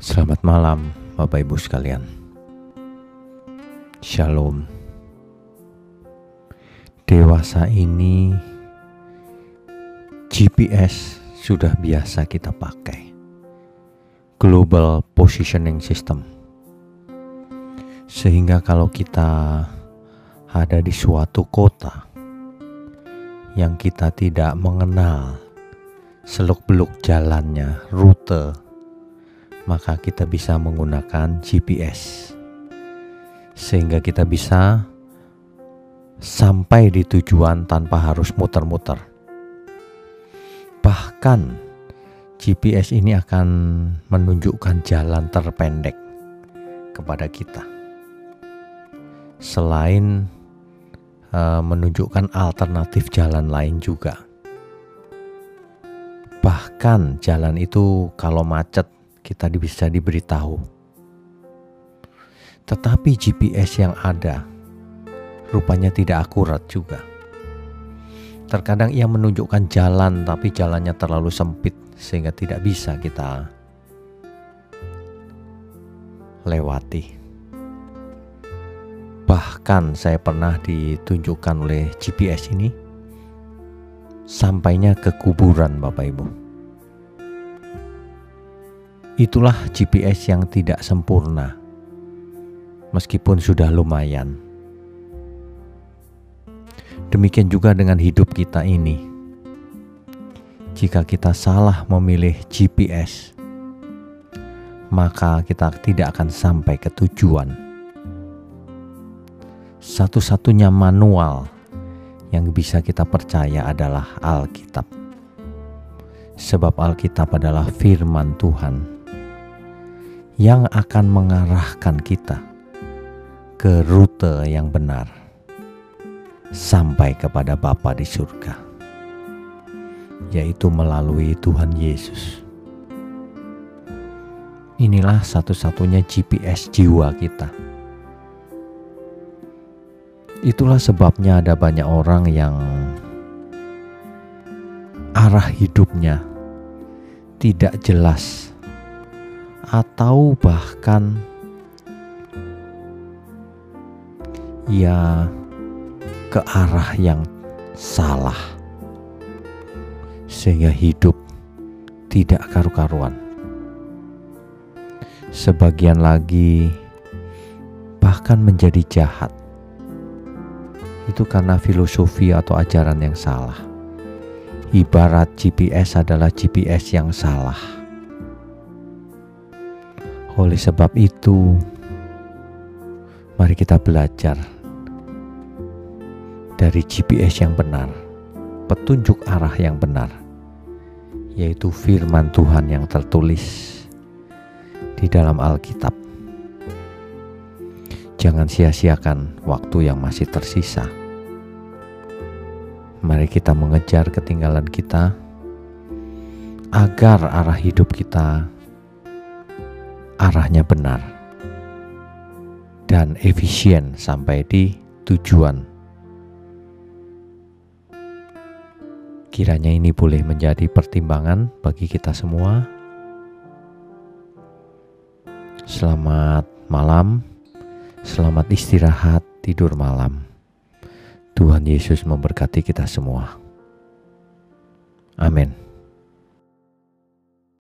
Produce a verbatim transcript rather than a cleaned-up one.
Selamat malam Bapak Ibu sekalian. Shalom. Dewasa ini G P S sudah biasa kita pakai. Global Positioning System. Sehingga kalau kita ada di suatu kota yang kita tidak mengenal seluk-beluk jalannya, rute, maka kita bisa menggunakan G P S sehingga kita bisa sampai di tujuan tanpa harus muter-muter. Bahkan G P S ini akan menunjukkan jalan terpendek kepada kita, selain uh, menunjukkan alternatif jalan lain juga. Bahkan jalan itu kalau macet kita bisa diberitahu. Tetapi G P S yang ada rupanya tidak akurat juga. Terkadang ia menunjukkan jalan tapi jalannya terlalu sempit sehingga tidak bisa kita lewati. Bahkan saya pernah ditunjukkan oleh G P S ini sampainya ke kuburan, Bapak Ibu. Itulah G P S yang tidak sempurna, meskipun sudah lumayan. Demikian juga dengan hidup kita ini. Jika kita salah memilih G P S, maka kita tidak akan sampai ke tujuan. Satu-satunya manual yang bisa kita percaya adalah Alkitab. Sebab Alkitab adalah firman Tuhan yang akan mengarahkan kita ke rute yang benar sampai kepada Bapa di surga, yaitu melalui Tuhan Yesus. Inilah satu-satunya G P S jiwa kita. Itulah sebabnya ada banyak orang yang arah hidupnya tidak jelas, atau bahkan ia ke arah yang salah, sehingga hidup tidak karu-karuan. Sebagian lagi bahkan menjadi jahat. Itu karena filosofi atau ajaran yang salah. Ibarat G P S adalah G P S yang salah. Oleh sebab itu, mari kita belajar dari G P S yang benar, petunjuk arah yang benar, yaitu firman Tuhan yang tertulis di dalam Alkitab. Jangan sia-siakan waktu yang masih tersisa. Mari kita mengejar ketinggalan kita agar arah hidup kita arahnya benar dan efisien sampai di tujuan. Kiranya ini boleh menjadi pertimbangan bagi kita semua. Selamat malam, selamat istirahat, tidur malam. Tuhan Yesus memberkati kita semua. Amin.